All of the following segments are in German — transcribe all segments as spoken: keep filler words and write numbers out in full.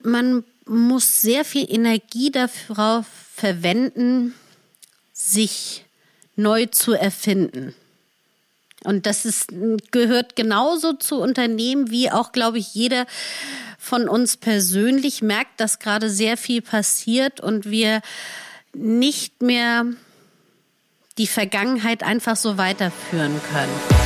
Man muss sehr viel Energie darauf verwenden, sich neu zu erfinden. Und das ist, gehört genauso zu Unternehmen, wie auch, glaube ich, jeder von uns persönlich merkt, dass gerade sehr viel passiert und wir nicht mehr die Vergangenheit einfach so weiterführen können.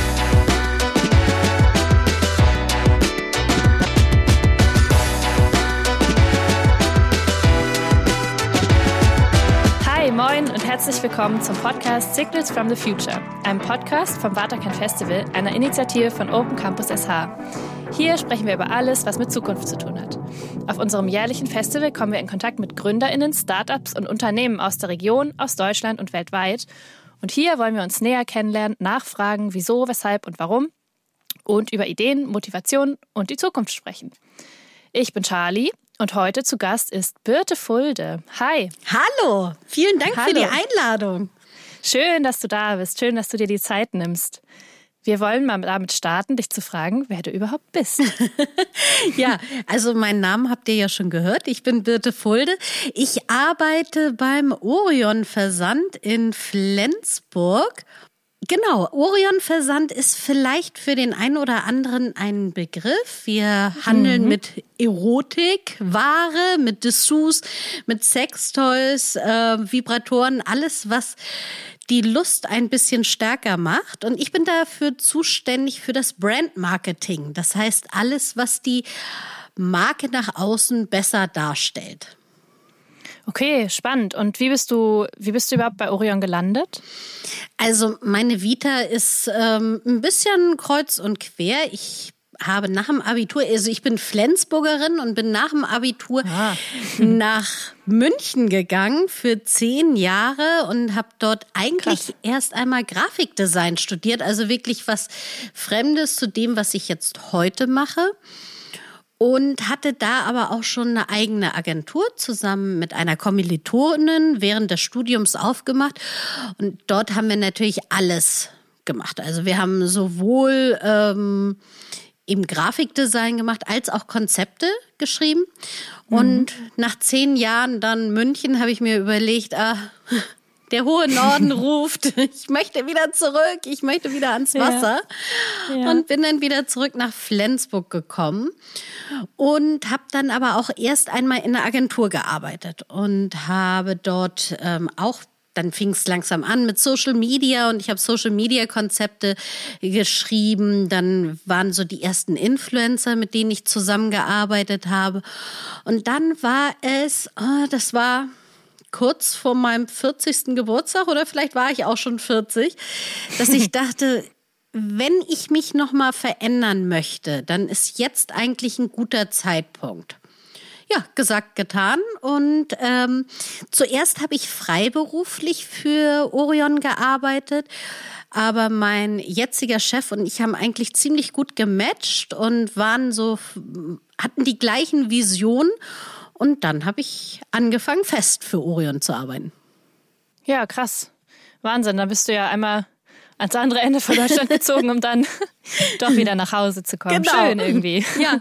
Moin und herzlich willkommen zum Podcast Signals from the Future, einem Podcast vom Waterkant Festival, einer Initiative von Open Campus S H. Hier sprechen wir über alles, was mit Zukunft zu tun hat. Auf unserem jährlichen Festival kommen wir in Kontakt mit GründerInnen, Startups und Unternehmen aus der Region, aus Deutschland und weltweit. Und hier wollen wir uns näher kennenlernen, nachfragen, wieso, weshalb und warum und über Ideen, Motivation und die Zukunft sprechen. Ich bin Charlie. Und heute zu Gast ist Birte Fulde. Hi. Hallo, vielen Dank Hallo. für die Einladung. Schön, dass du da bist. Schön, dass du dir die Zeit nimmst. Wir wollen mal damit starten, dich zu fragen, wer du überhaupt bist. Ja, also meinen Namen habt ihr ja schon gehört. Ich bin Birte Fulde. Ich arbeite beim Orion Versand in Flensburg. Genau, Orion Versand ist vielleicht für den einen oder anderen ein Begriff. Wir handeln mhm. mit Erotikware, mit Dessous, mit Sextoys, äh, Vibratoren, alles, was die Lust ein bisschen stärker macht. Und ich bin dafür zuständig für das Brandmarketing. Das heißt, alles, was die Marke nach außen besser darstellt. Okay, spannend. Und wie bist du, wie bist du überhaupt bei Orion gelandet? Also meine Vita ist ähm, ein bisschen kreuz und quer. Ich habe nach dem Abitur, also ich bin Flensburgerin und bin nach dem Abitur ah. nach München gegangen für zehn Jahre und habe dort eigentlich Krass. erst einmal Grafikdesign studiert. Also wirklich was Fremdes zu dem, was ich jetzt heute mache. Und hatte da aber auch schon eine eigene Agentur zusammen mit einer Kommilitonin während des Studiums aufgemacht. Und dort haben wir natürlich alles gemacht. Also wir haben sowohl ähm, eben Grafikdesign gemacht, als auch Konzepte geschrieben. Und mhm. nach zehn Jahren dann München habe ich mir überlegt, ah, der hohe Norden ruft, ich möchte wieder zurück, ich möchte wieder ans Wasser. Ja. Ja. Und bin dann wieder zurück nach Flensburg gekommen und habe dann aber auch erst einmal in der Agentur gearbeitet und habe dort ähm, auch, dann fing es langsam an mit Social Media und ich habe Social Media Konzepte geschrieben. Dann waren so die ersten Influencer, mit denen ich zusammengearbeitet habe. Und dann war es, oh, das war kurz vor meinem vierzigsten Geburtstag oder vielleicht war ich auch schon vierzig, dass ich dachte, wenn ich mich noch mal verändern möchte, dann ist jetzt eigentlich ein guter Zeitpunkt. Ja, gesagt, getan. Und ähm, zuerst habe ich freiberuflich für Orion gearbeitet, aber mein jetziger Chef und ich haben eigentlich ziemlich gut gematcht und waren so, hatten die gleichen Visionen. Und dann habe ich angefangen, fest für Orion zu arbeiten. Ja, krass. Wahnsinn. Da bist du ja einmal ans andere Ende von Deutschland gezogen, um dann doch wieder nach Hause zu kommen. Genau. Schön irgendwie. Ja.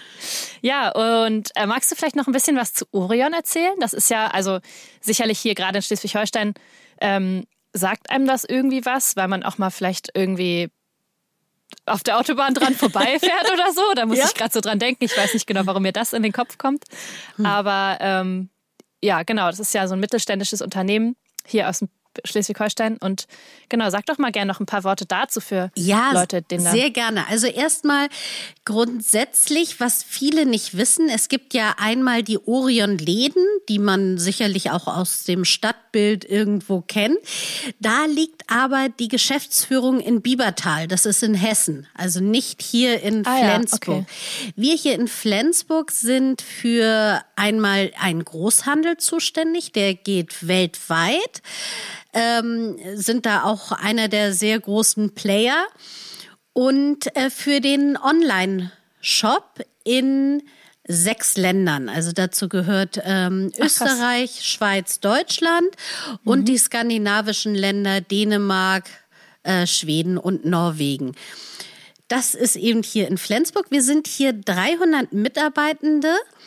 Ja, und äh, magst du vielleicht noch ein bisschen was zu Orion erzählen? Das ist ja, also sicherlich hier gerade in Schleswig-Holstein, ähm, sagt einem das irgendwie was, weil man auch mal vielleicht irgendwie auf der Autobahn dran vorbeifährt oder so. Da muss ja? ich gerade so dran denken. Ich weiß nicht genau, warum mir das in den Kopf kommt. Hm. Aber ähm, ja, genau, das ist ja so ein mittelständisches Unternehmen hier aus dem Schleswig-Holstein. Und genau, sag doch mal gerne noch ein paar Worte dazu für ja, Leute, denen da... sehr gerne. Also erstmal grundsätzlich, was viele nicht wissen, es gibt ja einmal die Orion-Läden, die man sicherlich auch aus dem Stadtbild irgendwo kennt. Da liegt aber die Geschäftsführung in Biebertal, das ist in Hessen, also nicht hier in ah, Flensburg. Ja, okay. Wir hier in Flensburg sind für einmal einen Großhandel zuständig, der geht weltweit. Ähm, sind da auch einer der sehr großen Player und äh, für den Online-Shop in sechs Ländern. Also dazu gehört ähm, Ach, Österreich, krass. Schweiz, Deutschland und mhm. die skandinavischen Länder Dänemark, äh, Schweden und Norwegen. Das ist eben hier in Flensburg. Wir sind hier dreihundert Mitarbeitende.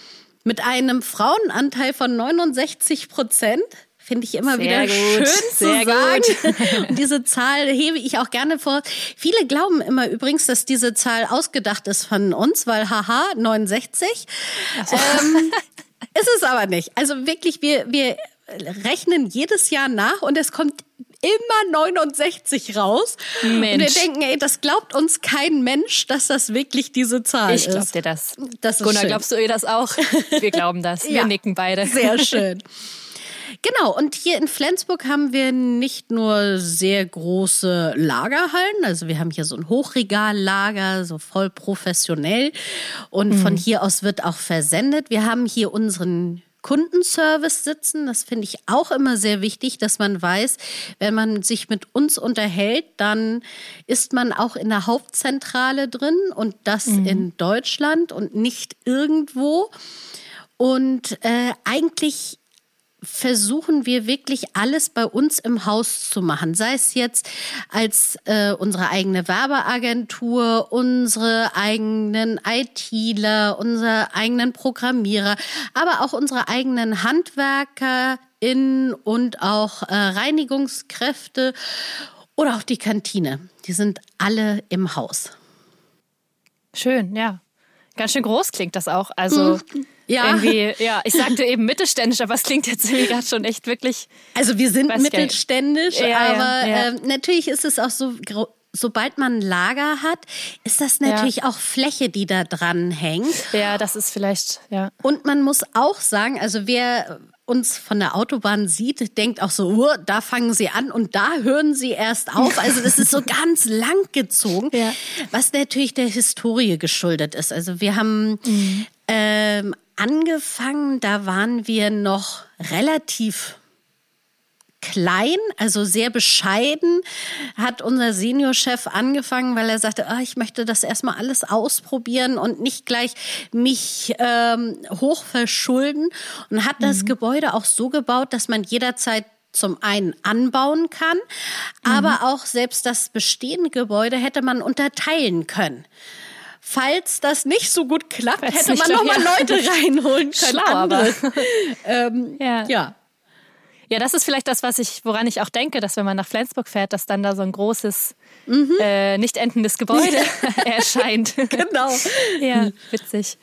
mit einem Frauenanteil von neunundsechzig Prozent. Finde ich immer sehr wieder gut, schön zu sehr sagen. Gut. Und diese Zahl hebe ich auch gerne vor. Viele glauben immer übrigens, dass diese Zahl ausgedacht ist von uns, weil haha, neunundsechzig. So. Ähm, ist es aber nicht. Also wirklich, wir, wir rechnen jedes Jahr nach und es kommt immer neunundsechzig raus. Mensch. Und wir denken, ey, das glaubt uns kein Mensch, dass das wirklich diese Zahl ich ist. Ich glaub dir das. Das ist Gunnar, schön. glaubst du ihr das auch? Wir glauben das. Wir ja, nicken beide. Sehr schön. Genau, und hier in Flensburg haben wir nicht nur sehr große Lagerhallen, also wir haben hier so ein Hochregallager, so voll professionell und mhm. von hier aus wird auch versendet. Wir haben hier unseren Kundenservice sitzen, das finde ich auch immer sehr wichtig, dass man weiß, wenn man sich mit uns unterhält, dann ist man auch in der Hauptzentrale drin und das mhm. in Deutschland und nicht irgendwo. Und äh, eigentlich versuchen wir wirklich alles bei uns im Haus zu machen. Sei es jetzt als äh, unsere eigene Werbeagentur, unsere eigenen ITler, unsere eigenen Programmierer, aber auch unsere eigenen HandwerkerInnen und auch äh, Reinigungskräfte oder auch die Kantine. Die sind alle im Haus. Schön, ja. Ganz schön groß klingt das auch. Also mhm. Ja. Irgendwie, ja, ich sagte eben mittelständisch, aber es klingt jetzt irgendwie gerade schon echt wirklich. Also wir sind mittelständisch, ja, aber ja, ja. Äh, natürlich ist es auch so, sobald man ein Lager hat, ist das natürlich ja. auch Fläche, die da dran hängt. Ja, das ist vielleicht, ja. Und man muss auch sagen, also wer uns von der Autobahn sieht, denkt auch so, uh, da fangen sie an und da hören sie erst auf. Also das ist so ganz lang gezogen, ja. was natürlich der Historie geschuldet ist. Also wir haben mhm. ähm, angefangen, da waren wir noch relativ klein, also sehr bescheiden, hat unser Seniorchef angefangen, weil er sagte, oh, ich möchte das erstmal alles ausprobieren und nicht gleich mich ähm, hoch verschulden und hat mhm. das Gebäude auch so gebaut, dass man jederzeit zum einen anbauen kann, mhm. aber auch selbst das bestehende Gebäude hätte man unterteilen können. Falls das nicht so gut klappt, Falls hätte man noch mal ja. Leute reinholen können. Schlau, aber. ähm, ja. ja. Ja, das ist vielleicht das, was ich, woran ich auch denke, dass wenn man nach Flensburg fährt, dass dann da so ein großes, mhm. äh, nicht endendes Gebäude erscheint. Genau. Ja, witzig.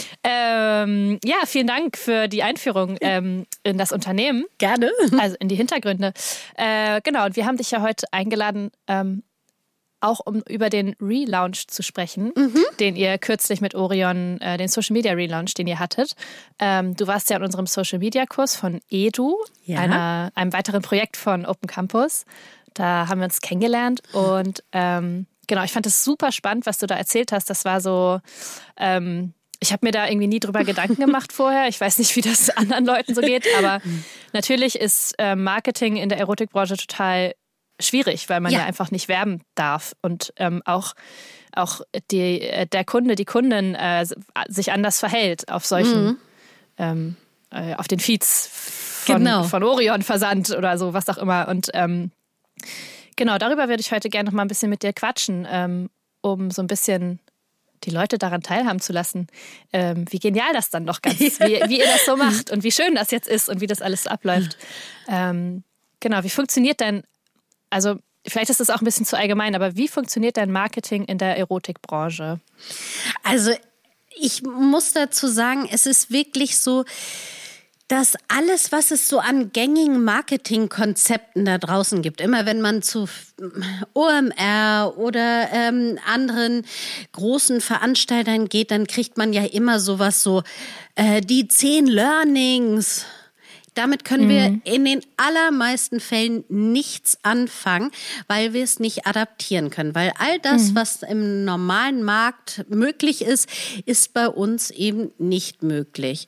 Ähm, ja, vielen Dank für die Einführung ähm, in das Unternehmen. Gerne. Also in die Hintergründe. Äh, genau, und wir haben dich ja heute eingeladen, ähm, auch um über den Relaunch zu sprechen, mhm. den ihr kürzlich mit Orion, äh, den Social Media Relaunch, den ihr hattet. Ähm, du warst ja in unserem Social Media Kurs von Edu, ja. einer, einem weiteren Projekt von Open Campus. Da haben wir uns kennengelernt und ähm, genau, ich fand es super spannend, was du da erzählt hast. Das war so, ähm, ich habe mir da irgendwie nie drüber Gedanken gemacht vorher. Ich weiß nicht, wie das anderen Leuten so geht, aber natürlich ist äh, Marketing in der Erotikbranche total schwierig, weil man ja, ja einfach nicht werben darf und ähm, auch, auch die, der Kunde, die Kundin äh, sich anders verhält auf solchen, mhm. ähm, äh, auf den Feeds von, genau. von Orion Versand oder so, was auch immer. Und ähm, genau, darüber würde ich heute gerne noch mal ein bisschen mit dir quatschen, ähm, um so ein bisschen die Leute daran teilhaben zu lassen, ähm, wie genial das dann doch ganz, wie, wie ihr das so macht und wie schön das jetzt ist und wie das alles so abläuft. Ähm, genau, wie funktioniert denn Also vielleicht ist das auch ein bisschen zu allgemein, aber wie funktioniert dein Marketing in der Erotikbranche? Also ich muss dazu sagen, es ist wirklich so, dass alles, was es so an gängigen Marketingkonzepten da draußen gibt, immer wenn man zu O M R oder ähm, anderen großen Veranstaltern geht, dann kriegt man ja immer sowas so, äh, die zehn Learnings. Damit können wir mhm. in den allermeisten Fällen nichts anfangen, weil wir es nicht adaptieren können. Weil all das, mhm. was im normalen Markt möglich ist, ist bei uns eben nicht möglich.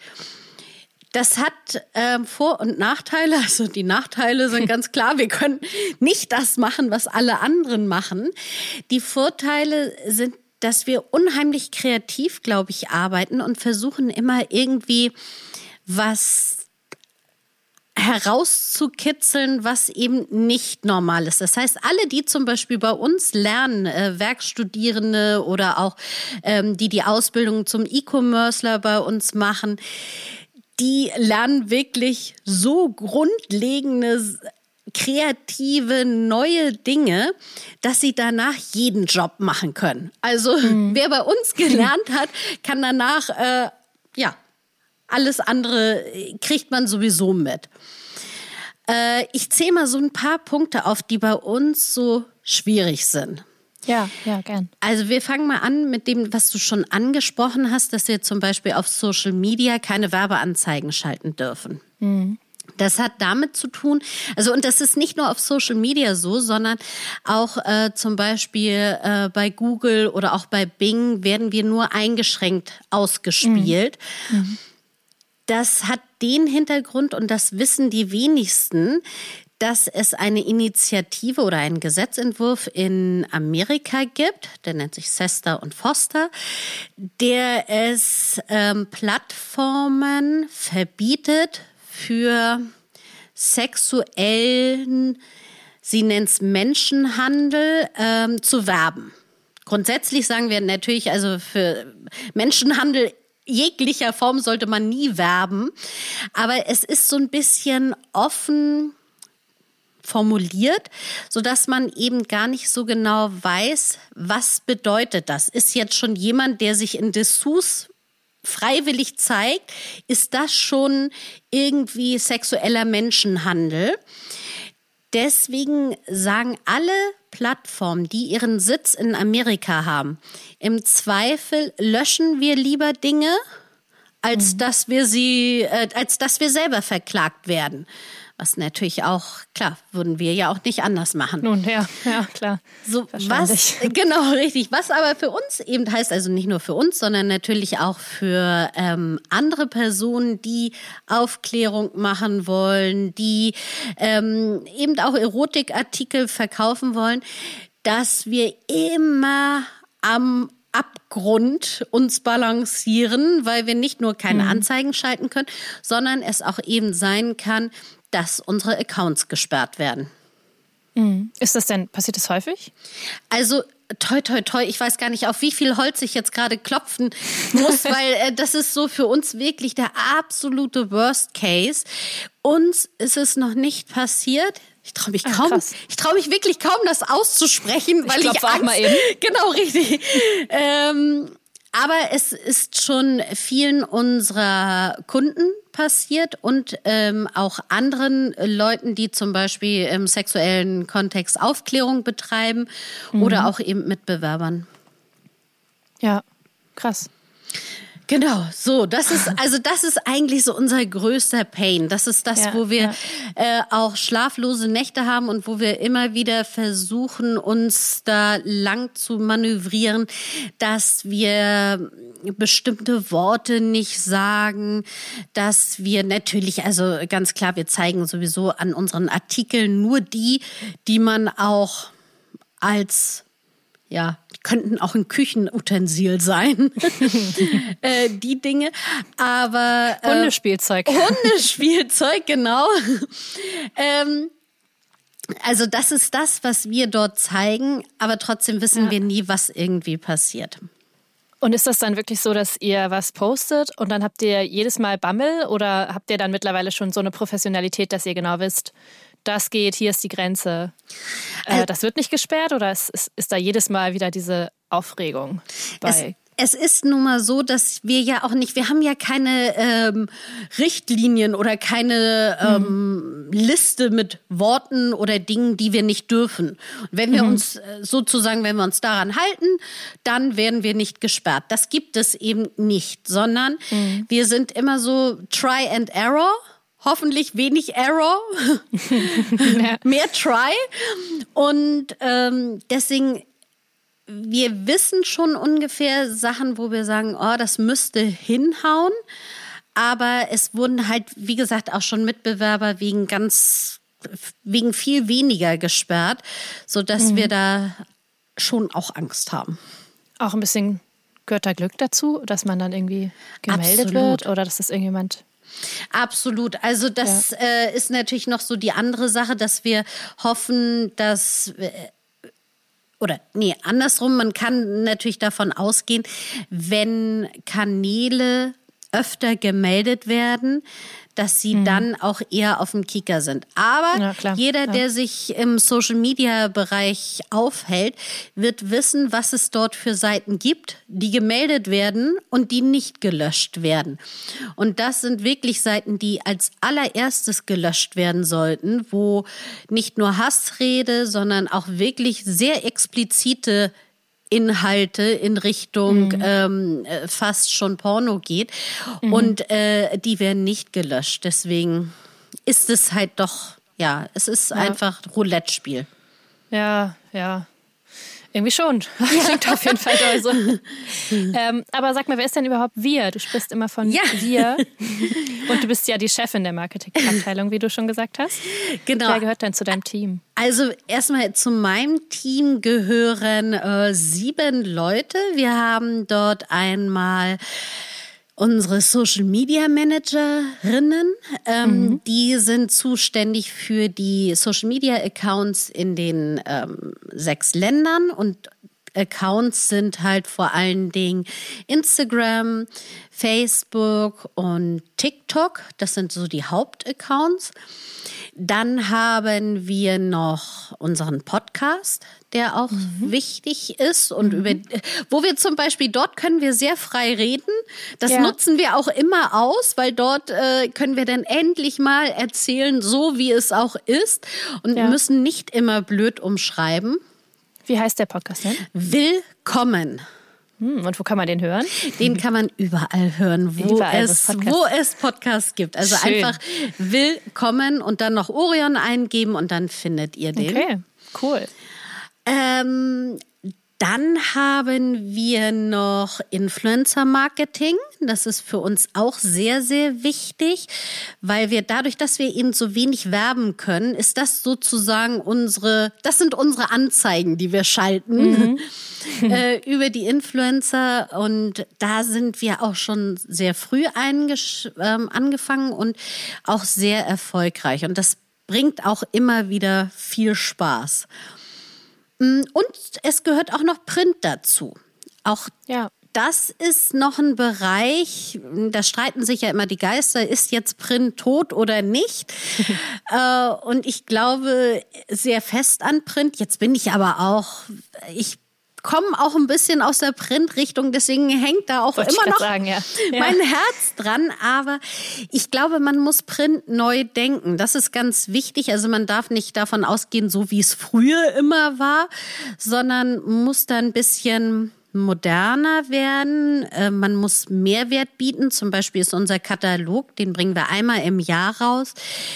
Das hat äh, Vor- und Nachteile. Also die Nachteile sind ganz klar. Wir können nicht das machen, was alle anderen machen. Die Vorteile sind, dass wir unheimlich kreativ, glaube ich, arbeiten und versuchen immer irgendwie was herauszukitzeln, was eben nicht normal ist. Das heißt, alle, die zum Beispiel bei uns lernen, äh, Werkstudierende oder auch ähm, die die Ausbildung zum E-Commercer bei uns machen, die lernen wirklich so grundlegende, kreative, neue Dinge, dass sie danach jeden Job machen können. Also mhm. wer bei uns gelernt hat, kann danach, äh, ja, alles andere kriegt man sowieso mit. Äh, ich zähle mal so ein paar Punkte auf, die bei uns so schwierig sind. Ja, ja, gern. Also wir fangen mal an mit dem, was du schon angesprochen hast, dass wir zum Beispiel auf Social Media keine Werbeanzeigen schalten dürfen. Mhm. Das hat damit zu tun, also und das ist nicht nur auf Social Media so, sondern auch äh, zum Beispiel äh, bei Google oder auch bei Bing werden wir nur eingeschränkt ausgespielt. Mhm. Mhm. Das hat den Hintergrund, und das wissen die wenigsten, dass es eine Initiative oder einen Gesetzentwurf in Amerika gibt, der nennt sich Sester und Foster, der es ähm, Plattformen verbietet, für sexuellen, sie nennt es Menschenhandel, ähm, zu werben. Grundsätzlich sagen wir natürlich, also für Menschenhandel jeglicher Form sollte man nie werben. Aber es ist so ein bisschen offen formuliert, sodass man eben gar nicht so genau weiß, was bedeutet das. Ist jetzt schon jemand, der sich in Dessous freiwillig zeigt, ist das schon irgendwie sexueller Menschenhandel. Deswegen sagen alle Plattformen, die ihren Sitz in Amerika haben, im Zweifel löschen wir lieber Dinge, als mhm. dass wir sie, äh, als dass wir selber verklagt werden. Was natürlich auch, klar, würden wir ja auch nicht anders machen. Nun, ja, ja, klar. So, was, genau, richtig. Was aber für uns eben heißt, also nicht nur für uns, sondern natürlich auch für ähm, andere Personen, die Aufklärung machen wollen, die ähm, eben auch Erotikartikel verkaufen wollen, dass wir immer am Abgrund uns balancieren, weil wir nicht nur keine mhm. Anzeigen schalten können, sondern es auch eben sein kann, dass unsere Accounts gesperrt werden. Mhm. Ist das denn, passiert das häufig? Also toi, toi, toi, ich weiß gar nicht, auf wie viel Holz ich jetzt gerade klopfen muss, weil äh, das ist so für uns wirklich der absolute Worst Case. Uns ist es noch nicht passiert. Ich traue mich kaum, Ach, ich traue mich wirklich kaum, das auszusprechen, weil ich, ich Angst, mal eben. Genau, richtig. ähm, aber es ist schon vielen unserer Kunden passiert und ähm, auch anderen Leuten, die zum Beispiel im sexuellen Kontext Aufklärung betreiben mhm. oder auch eben Mitbewerbern. Ja, krass. Genau, so, das ist, also das ist eigentlich so unser größter Pain. Das ist das, ja, wo wir ja. äh, auch schlaflose Nächte haben und wo wir immer wieder versuchen, uns da lang zu manövrieren, dass wir bestimmte Worte nicht sagen, dass wir natürlich, also ganz klar, wir zeigen sowieso an unseren Artikeln nur die, die man auch als ja, die könnten auch ein Küchenutensil sein, äh, die Dinge, aber... Äh, Hundespielzeug. Hundespielzeug, genau. ähm, also das ist das, was wir dort zeigen, aber trotzdem wissen ja. wir nie, was irgendwie passiert. Und ist das dann wirklich so, dass ihr was postet und dann habt ihr jedes Mal Bammel oder habt ihr dann mittlerweile schon so eine Professionalität, dass ihr genau wisst, das geht, hier ist die Grenze. Äh, das wird nicht gesperrt oder ist, ist, ist da jedes Mal wieder diese Aufregung bei? Es, es ist nun mal so, dass wir ja auch nicht, wir haben ja keine ähm, Richtlinien oder keine ähm, mhm. Liste mit Worten oder Dingen, die wir nicht dürfen. Und wenn wir mhm. uns sozusagen, wenn wir uns daran halten, dann werden wir nicht gesperrt. Das gibt es eben nicht, sondern mhm. wir sind immer so Try and Error. Hoffentlich wenig Error, ja. mehr Try. Und ähm, deswegen, wir wissen schon ungefähr Sachen, wo wir sagen, oh, das müsste hinhauen. Aber es wurden halt, wie gesagt, auch schon Mitbewerber wegen ganz, wegen viel weniger gesperrt, sodass mhm. wir da schon auch Angst haben. Auch ein bisschen gehört da Glück dazu, dass man dann irgendwie gemeldet Absolut. wird oder dass das irgendjemand... Absolut. Also das ja. äh, ist natürlich noch so die andere Sache, dass wir hoffen, dass... Äh, Oder nee, andersrum, man kann natürlich davon ausgehen, wenn Kanäle öfter gemeldet werden, dass sie mhm. dann auch eher auf dem Kieker sind. Aber ja, klar, jeder, ja. der sich im Social-Media-Bereich aufhält, wird wissen, was es dort für Seiten gibt, die gemeldet werden und die nicht gelöscht werden. Und das sind wirklich Seiten, die als allererstes gelöscht werden sollten, wo nicht nur Hassrede, sondern auch wirklich sehr explizite Inhalte in Richtung mhm. ähm, fast schon Porno geht mhm. und äh, die werden nicht gelöscht. Deswegen ist es halt doch, ja, es ist ja. einfach Roulette-Spiel. Ja, ja. Irgendwie schon. Klingt auf jeden Fall toll so. ähm, aber sag mal, wer ist denn überhaupt wir? Du sprichst immer von ja. wir. Und du bist ja die Chefin der Marketingabteilung, wie du schon gesagt hast. Genau. Wer gehört denn zu deinem Team? Also erstmal zu meinem Team gehören äh, sieben Leute. Wir haben dort einmal unsere Social Media Managerinnen, ähm, mhm. die sind zuständig für die Social Media Accounts in den ähm, sechs Ländern und Accounts sind halt vor allen Dingen Instagram, Facebook und TikTok. Das sind so die Hauptaccounts. Dann haben wir noch unseren Podcast, der auch mhm. wichtig ist und mhm. über, wo wir zum Beispiel, dort können wir sehr frei reden. Das ja. nutzen wir auch immer aus, weil dort äh, können wir dann endlich mal erzählen, so wie es auch ist und ja. müssen nicht immer blöd umschreiben. Wie heißt der Podcast denn? Willkommen. Und wo kann man den hören? Den kann man überall hören, wo, überall, es, wo es Podcasts gibt. Also Schön. Einfach willkommen und dann noch Orion eingeben und dann findet ihr den. Okay, cool. Ähm, dann haben wir noch Influencer-Marketing. Das ist für uns auch sehr, sehr wichtig, weil wir dadurch, dass wir eben so wenig werben können, ist das sozusagen unsere, das sind unsere Anzeigen, die wir schalten mhm. äh, über die Influencer. Und da sind wir auch schon sehr früh eingesch- ähm, angefangen und auch sehr erfolgreich. Und das bringt auch immer wieder viel Spaß. Und es gehört auch noch Print dazu. Auch ja. das ist noch ein Bereich, da streiten sich ja immer die Geister, ist jetzt Print tot oder nicht? äh, und ich glaube sehr fest an Print. Jetzt bin ich aber auch, ich komme auch ein bisschen aus der Print-Richtung, deswegen hängt da auch Wollte immer noch sagen, ja. Ja. mein Herz dran. Aber ich glaube, man muss Print neu denken. Das ist ganz wichtig. Also man darf nicht davon ausgehen, so wie es früher immer war, sondern muss da ein bisschen moderner werden. Man muss Mehrwert bieten. Zum Beispiel ist unser Katalog, den bringen wir einmal im Jahr raus.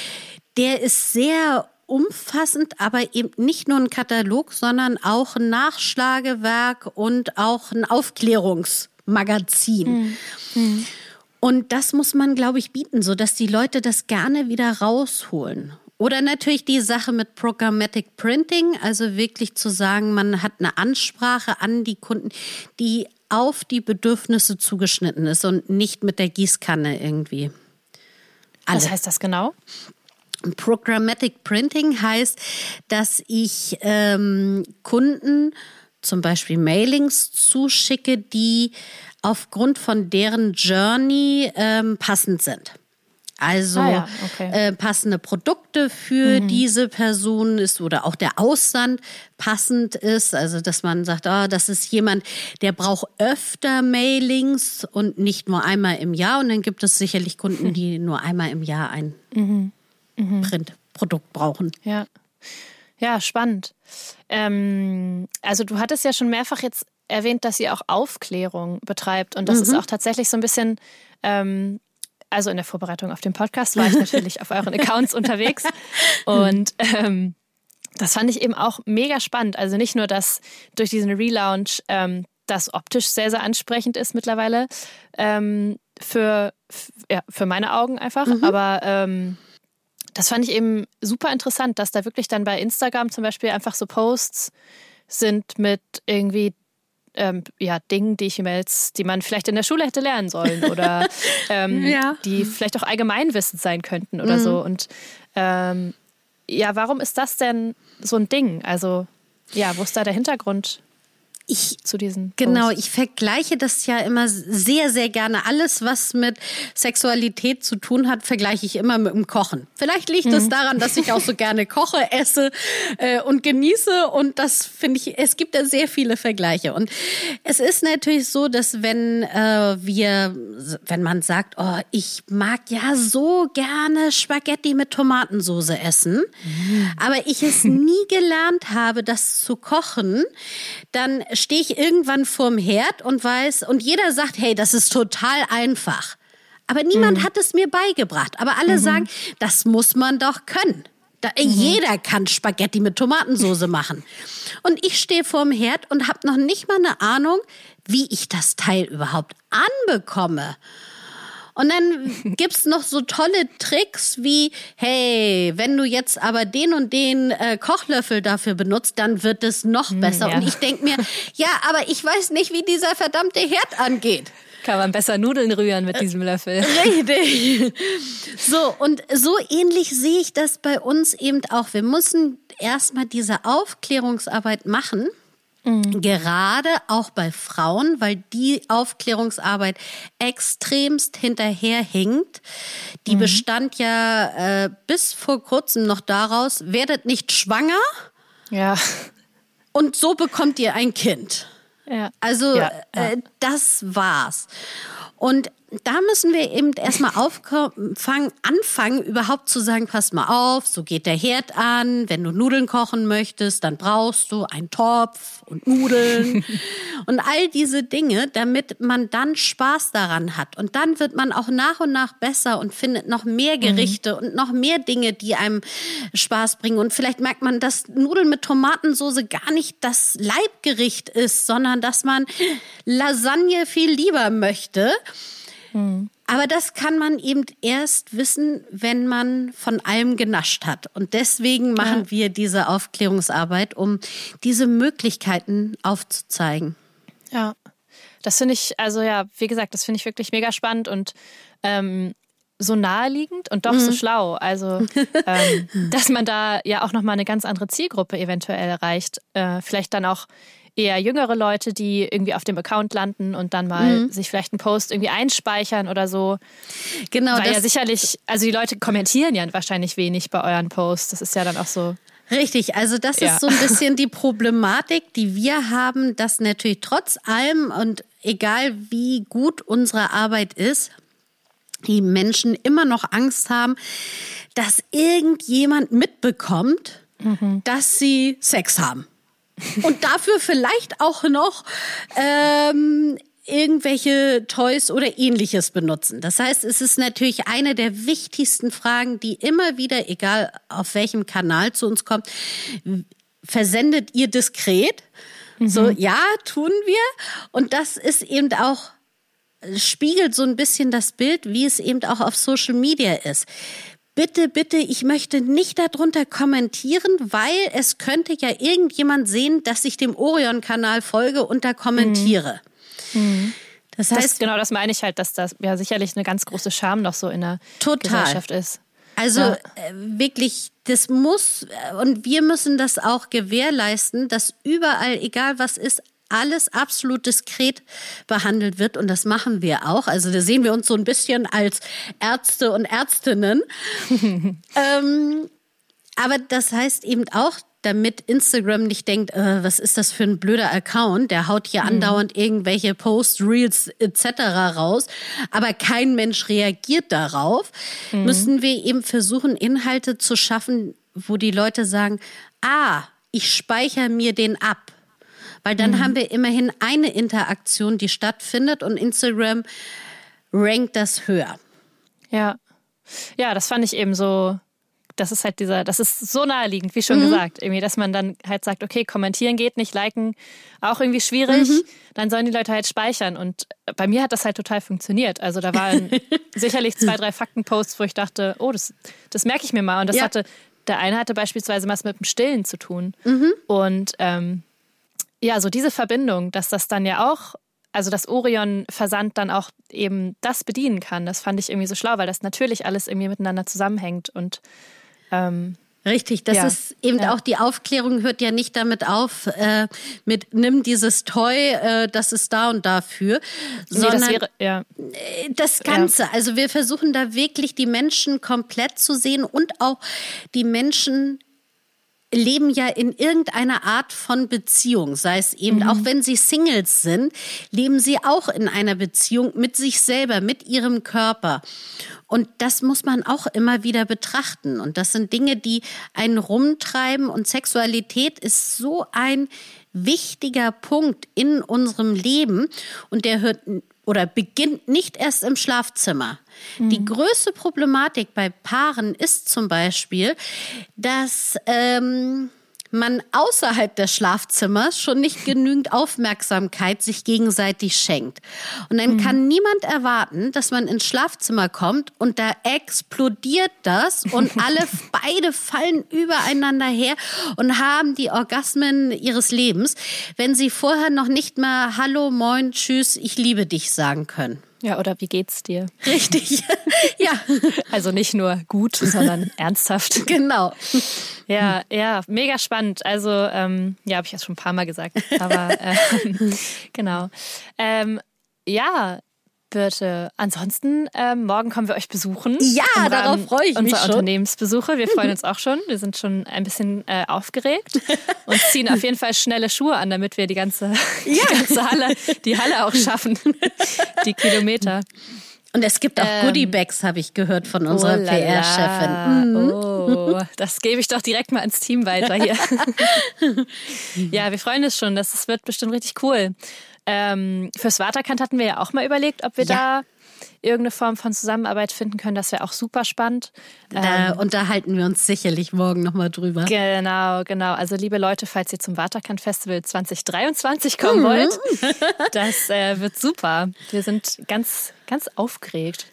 Der ist sehr umfassend, aber eben nicht nur ein Katalog, sondern auch ein Nachschlagewerk und auch ein Aufklärungsmagazin. Mhm. Mhm. Und das muss man, glaube ich, bieten, sodass die Leute das gerne wieder rausholen. Oder natürlich die Sache mit Programmatic Printing, also wirklich zu sagen, man hat eine Ansprache an die Kunden, die auf die Bedürfnisse zugeschnitten ist und nicht mit der Gießkanne irgendwie. Alle. Was heißt das genau? Programmatic Printing heißt, dass ich ähm, Kunden zum Beispiel Mailings zuschicke, die aufgrund von deren Journey ähm, passend sind. Also ah ja, okay. äh, passende Produkte für mhm. diese Person ist oder auch der Aussand passend ist. Also dass man sagt, oh, das ist jemand, der braucht öfter Mailings und nicht nur einmal im Jahr. Und dann gibt es sicherlich Kunden, die nur einmal im Jahr ein mhm. Printprodukt brauchen. Ja, ja, spannend. Ähm, also du hattest ja schon mehrfach jetzt erwähnt, dass ihr auch Aufklärung betreibt und das mhm. ist auch tatsächlich so ein bisschen, ähm, also in der Vorbereitung auf den Podcast war ich natürlich auf euren Accounts unterwegs und ähm, das fand ich eben auch mega spannend. Also nicht nur, dass durch diesen Relaunch ähm, das optisch sehr, sehr ansprechend ist mittlerweile ähm, für, ja, für meine Augen einfach, mhm. aber ähm, das fand ich eben super interessant, dass da wirklich dann bei Instagram zum Beispiel einfach so Posts sind mit irgendwie ähm, ja, Dingen, die ich mir jetzt, die man vielleicht in der Schule hätte lernen sollen oder ähm, ja. die vielleicht auch allgemeinwissend sein könnten oder mhm. so. Und ähm, ja, warum ist das denn so ein Ding? Also, ja, wo ist da der Hintergrund? Ich, zu diesen genau, Posts? Ich vergleiche das ja immer sehr, sehr gerne. Alles, was mit Sexualität zu tun hat, vergleiche ich immer mit dem Kochen. Vielleicht liegt es mhm. daran, dass ich auch so gerne koche, esse äh, und genieße. Und das finde ich, es gibt da sehr viele Vergleiche. Und es ist natürlich so, dass wenn äh, wir, wenn man sagt, oh, ich mag ja so gerne Spaghetti mit Tomatensauce essen, mhm. aber ich es nie gelernt habe, das zu kochen, dann stehe ich irgendwann vorm Herd und weiß, und jeder sagt, hey, das ist total einfach. Aber niemand mhm. hat es mir beigebracht. Aber alle mhm. sagen, das muss man doch können. Da, mhm. Jeder kann Spaghetti mit Tomatensauce machen. Und ich stehe vorm Herd und habe noch nicht mal eine Ahnung, wie ich das Teil überhaupt anbekomme. Und dann gibt's noch so tolle Tricks wie, hey, wenn du jetzt aber den und den äh, Kochlöffel dafür benutzt, dann wird es noch besser. Ja. Und ich denke mir, ja, aber ich weiß nicht, wie dieser verdammte Herd angeht. Kann man besser Nudeln rühren mit diesem Löffel. Richtig. So, und so ähnlich sehe ich das bei uns eben auch. Wir müssen erstmal diese Aufklärungsarbeit machen. Mhm. Gerade auch bei Frauen, weil die Aufklärungsarbeit extremst hinterherhinkt. Die mhm. bestand ja äh, bis vor kurzem noch daraus, werdet nicht schwanger ja. und so bekommt ihr ein Kind. Ja. Also ja, ja. Äh, das war's. Und da müssen wir eben erstmal auffangen, anfangen, überhaupt zu sagen, pass mal auf, so geht der Herd an. Wenn du Nudeln kochen möchtest, dann brauchst du einen Topf und Nudeln und all diese Dinge, damit man dann Spaß daran hat. Und dann wird man auch nach und nach besser und findet noch mehr Gerichte mhm. und noch mehr Dinge, die einem Spaß bringen. Und vielleicht merkt man, dass Nudeln mit Tomatensauce gar nicht das Leibgericht ist, sondern dass man Lasagne viel lieber möchte. Hm. Aber das kann man eben erst wissen, wenn man von allem genascht hat. Und deswegen machen ja. wir diese Aufklärungsarbeit, um diese Möglichkeiten aufzuzeigen. Ja, das finde ich, also ja, wie gesagt, das finde ich wirklich mega spannend und ähm, so naheliegend und doch mhm. so schlau. Also, ähm, dass man da ja auch nochmal eine ganz andere Zielgruppe eventuell erreicht. Äh, vielleicht dann auch eher jüngere Leute, die irgendwie auf dem Account landen und dann mal mhm. sich vielleicht einen Post irgendwie einspeichern oder so. Genau. Weil ja sicherlich, also die Leute kommentieren ja wahrscheinlich wenig bei euren Posts. Das ist ja dann auch so. Richtig, also das ja. ist so ein bisschen die Problematik, die wir haben, dass natürlich trotz allem und egal wie gut unsere Arbeit ist, die Menschen immer noch Angst haben, dass irgendjemand mitbekommt, mhm. dass sie Sex haben. Und dafür vielleicht auch noch ähm, irgendwelche Toys oder Ähnliches benutzen. Das heißt, es ist natürlich eine der wichtigsten Fragen, die immer wieder, egal auf welchem Kanal zu uns kommt, versendet ihr diskret? Mhm. So, ja, tun wir. Und das ist eben auch, spiegelt so ein bisschen das Bild, wie es eben auch auf Social Media ist. Bitte, bitte, ich möchte nicht darunter kommentieren, weil es könnte ja irgendjemand sehen, dass ich dem Orion-Kanal folge und da kommentiere. Mhm. Das heißt, das, genau, das meine ich halt, dass das ja sicherlich eine ganz große Scham noch so in der total. Gesellschaft ist. Also ja. äh, wirklich, das muss, und wir müssen das auch gewährleisten, dass überall, egal was ist, alles absolut diskret behandelt wird und das machen wir auch. Also da sehen wir uns so ein bisschen als Ärzte und Ärztinnen. ähm, aber das heißt eben auch, damit Instagram nicht denkt, äh, was ist das für ein blöder Account, der haut hier mhm. andauernd irgendwelche Posts, Reels et cetera raus, aber kein Mensch reagiert darauf, mhm. müssen wir eben versuchen, Inhalte zu schaffen, wo die Leute sagen, ah, ich speichere mir den ab. Weil dann mhm. haben wir immerhin eine Interaktion, die stattfindet und Instagram rankt das höher. Ja, ja, das fand ich eben so, das ist halt dieser, das ist so naheliegend, wie schon mhm. gesagt, irgendwie, dass man dann halt sagt, okay, kommentieren geht nicht, liken auch irgendwie schwierig, mhm. dann sollen die Leute halt speichern und bei mir hat das halt total funktioniert. Also da waren sicherlich zwei, drei Faktenposts, wo ich dachte, oh, das, das merke ich mir mal und das ja. hatte, der eine hatte beispielsweise was mit dem Stillen zu tun mhm. und ähm, ja, so diese Verbindung, dass das dann ja auch, also dass Orion-Versand dann auch eben das bedienen kann, das fand ich irgendwie so schlau, weil das natürlich alles irgendwie miteinander zusammenhängt und ähm, Richtig, das ja. ist eben ja. auch, die Aufklärung hört ja nicht damit auf, äh, mit nimm dieses Toy, äh, das ist da und dafür, sondern nee, das, wäre, ja. das Ganze. Ja. Also wir versuchen da wirklich die Menschen komplett zu sehen und auch die Menschen leben ja in irgendeiner Art von Beziehung, sei es eben, mhm. auch wenn sie Singles sind, leben sie auch in einer Beziehung mit sich selber, mit ihrem Körper. Und das muss man auch immer wieder betrachten. Und das sind Dinge, die einen rumtreiben. Und Sexualität ist so ein wichtiger Punkt in unserem Leben. Und der hört oder beginnt nicht erst im Schlafzimmer. Mhm. Die größte Problematik bei Paaren ist zum Beispiel, dass ähm, man außerhalb des Schlafzimmers schon nicht genügend Aufmerksamkeit sich gegenseitig schenkt. Und dann mhm. kann niemand erwarten, dass man ins Schlafzimmer kommt und da explodiert das und alle beide fallen übereinander her und haben die Orgasmen ihres Lebens, wenn sie vorher noch nicht mal Hallo, Moin, Tschüss, ich liebe dich sagen können. Ja, oder wie geht's dir? Richtig, ja. Also nicht nur gut, sondern ernsthaft. Genau. Ja, ja, mega spannend. Also, ähm, ja, habe ich jetzt schon ein paar Mal gesagt. Aber ähm, genau. Ähm, ja, Birte, ansonsten, ähm, morgen kommen wir euch besuchen. Ja, darauf freue ich mich schon. Unsere Unternehmensbesuche. Wir freuen uns auch schon. Wir sind schon ein bisschen äh, aufgeregt und ziehen auf jeden Fall schnelle Schuhe an, damit wir die ganze, ja. die ganze Halle, die Halle auch schaffen. Die Kilometer. Und es gibt auch ähm, Goodie-Bags, habe ich gehört von unserer oh P R-Chefin. Mhm. Oh, das gebe ich doch direkt mal ins Team weiter hier. Ja, wir freuen uns schon. Das wird bestimmt richtig cool. Ähm, fürs Waterkant hatten wir ja auch mal überlegt, ob wir ja. da irgendeine Form von Zusammenarbeit finden können. Das wäre auch super spannend. Da ähm, unterhalten wir uns sicherlich morgen nochmal drüber. Genau, genau. Also liebe Leute, falls ihr zum Waterkant Festival zwanzig dreiundzwanzig kommen mhm. wollt, das äh, wird super. Wir sind ganz, ganz aufgeregt.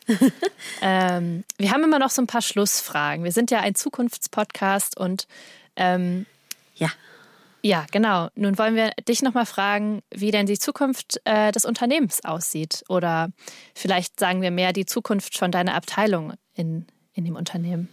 ähm, wir haben immer noch so ein paar Schlussfragen. Wir sind ja ein Zukunftspodcast und ähm, ja. Ja, genau. Nun wollen wir dich nochmal fragen, wie denn die Zukunft äh, des Unternehmens aussieht. Oder vielleicht sagen wir mehr die Zukunft von deiner Abteilung in, in dem Unternehmen.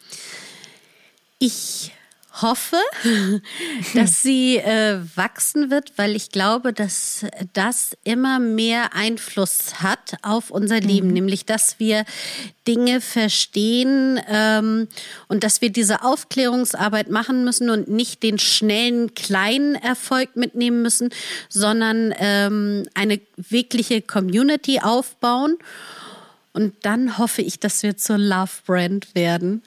Ich hoffe, dass sie äh, wachsen wird, weil ich glaube, dass das immer mehr Einfluss hat auf unser Leben, mhm. nämlich dass wir Dinge verstehen ähm, und dass wir diese Aufklärungsarbeit machen müssen und nicht den schnellen, kleinen Erfolg mitnehmen müssen, sondern ähm, eine wirkliche Community aufbauen. Und dann hoffe ich, dass wir zur Love-Brand werden.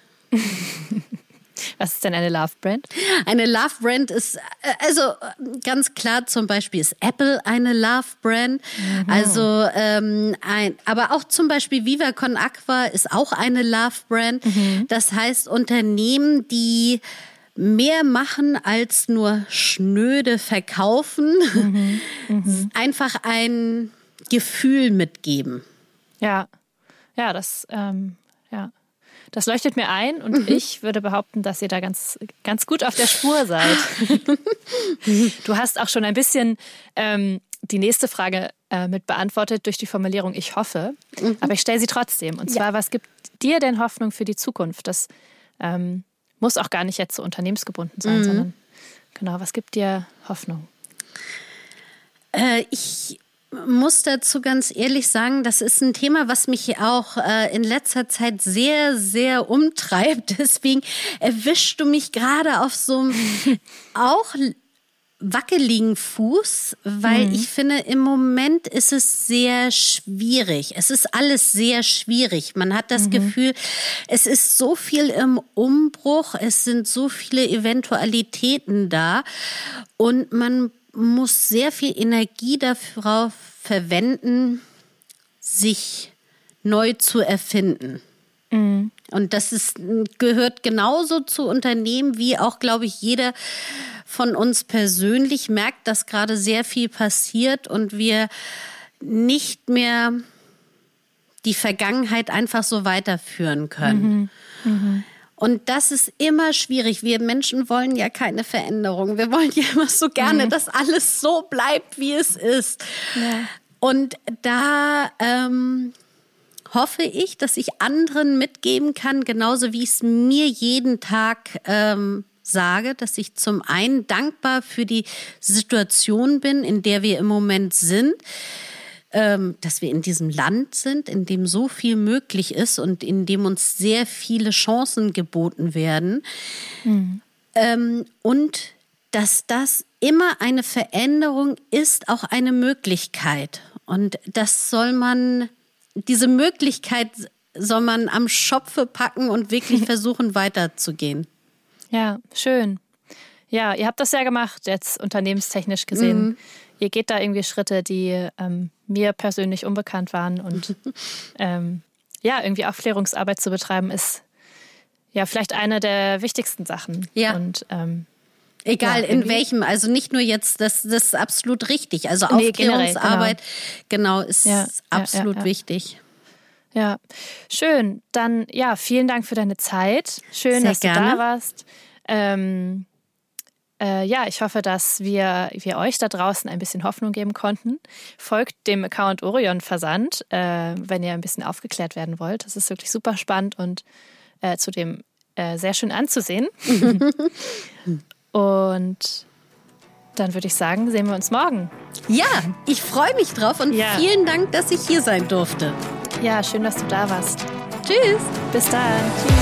Was ist denn eine Love-Brand? Eine Love-Brand ist, also ganz klar, zum Beispiel ist Apple eine Love-Brand. Mhm. Also, ähm, ein, aber auch zum Beispiel Viva Con Aqua ist auch eine Love-Brand. Mhm. Das heißt, Unternehmen, die mehr machen als nur schnöde verkaufen, mhm. Mhm. einfach ein Gefühl mitgeben. Ja, ja, das, ähm, ja. Das leuchtet mir ein und mhm. ich würde behaupten, dass ihr da ganz, ganz gut auf der Spur seid. Du hast auch schon ein bisschen ähm, die nächste Frage äh, mit beantwortet durch die Formulierung "Ich hoffe", mhm. aber ich stelle sie trotzdem. Und zwar, ja. was gibt dir denn Hoffnung für die Zukunft? Das ähm, muss auch gar nicht jetzt so unternehmensgebunden sein, mhm. sondern genau, was gibt dir Hoffnung? Äh, ich muss dazu ganz ehrlich sagen, das ist ein Thema, was mich auch äh, in letzter Zeit sehr, sehr umtreibt. Deswegen erwischst du mich gerade auf so einem auch wackeligen Fuß, weil mhm. ich finde, im Moment ist es sehr schwierig. Es ist alles sehr schwierig. Man hat das mhm. Gefühl, es ist so viel im Umbruch, es sind so viele Eventualitäten da und man muss sehr viel Energie darauf verwenden, sich neu zu erfinden. Mhm. Und das ist, gehört genauso zu Unternehmen, wie auch, glaube ich, jeder von uns persönlich merkt, dass gerade sehr viel passiert und wir nicht mehr die Vergangenheit einfach so weiterführen können. Mhm. Mhm. Und das ist immer schwierig. Wir Menschen wollen ja keine Veränderung. Wir wollen ja immer so gerne, mhm. dass alles so bleibt, wie es ist. Ja. Und da ähm, hoffe ich, dass ich anderen mitgeben kann, genauso wie ich es mir jeden Tag ähm, sage, dass ich zum einen dankbar für die Situation bin, in der wir im Moment sind, ähm, dass wir in diesem Land sind, in dem so viel möglich ist und in dem uns sehr viele Chancen geboten werden. Mhm. Ähm, und dass das immer eine Veränderung ist, auch eine Möglichkeit. Und das soll man, diese Möglichkeit soll man am Schopfe packen und wirklich versuchen, weiterzugehen. Ja, schön. Ja, ihr habt das ja gemacht, jetzt unternehmenstechnisch gesehen. Mhm. Ihr geht da irgendwie Schritte, die ähm, mir persönlich unbekannt waren. Und ähm, ja, irgendwie Aufklärungsarbeit zu betreiben, ist ja vielleicht eine der wichtigsten Sachen. Ja. Und ähm, Egal ja, in welchem, also nicht nur jetzt, das, das ist absolut richtig. Also nee, Aufklärungsarbeit, genau, genau ist ja, absolut ja, ja, ja. wichtig. Ja, schön. Dann, ja, vielen Dank für deine Zeit. Schön, Sehr dass gerne. du da warst. Ähm, äh, ja, ich hoffe, dass wir, wir euch da draußen ein bisschen Hoffnung geben konnten. Folgt dem Account Orion Versand, äh, wenn ihr ein bisschen aufgeklärt werden wollt. Das ist wirklich super spannend und äh, zudem äh, sehr schön anzusehen. Und dann würde ich sagen, sehen wir uns morgen. Ja, ich freue mich drauf und ja. vielen Dank, dass ich hier sein durfte. Ja, schön, dass du da warst. Tschüss. Bis dann. Tschüss.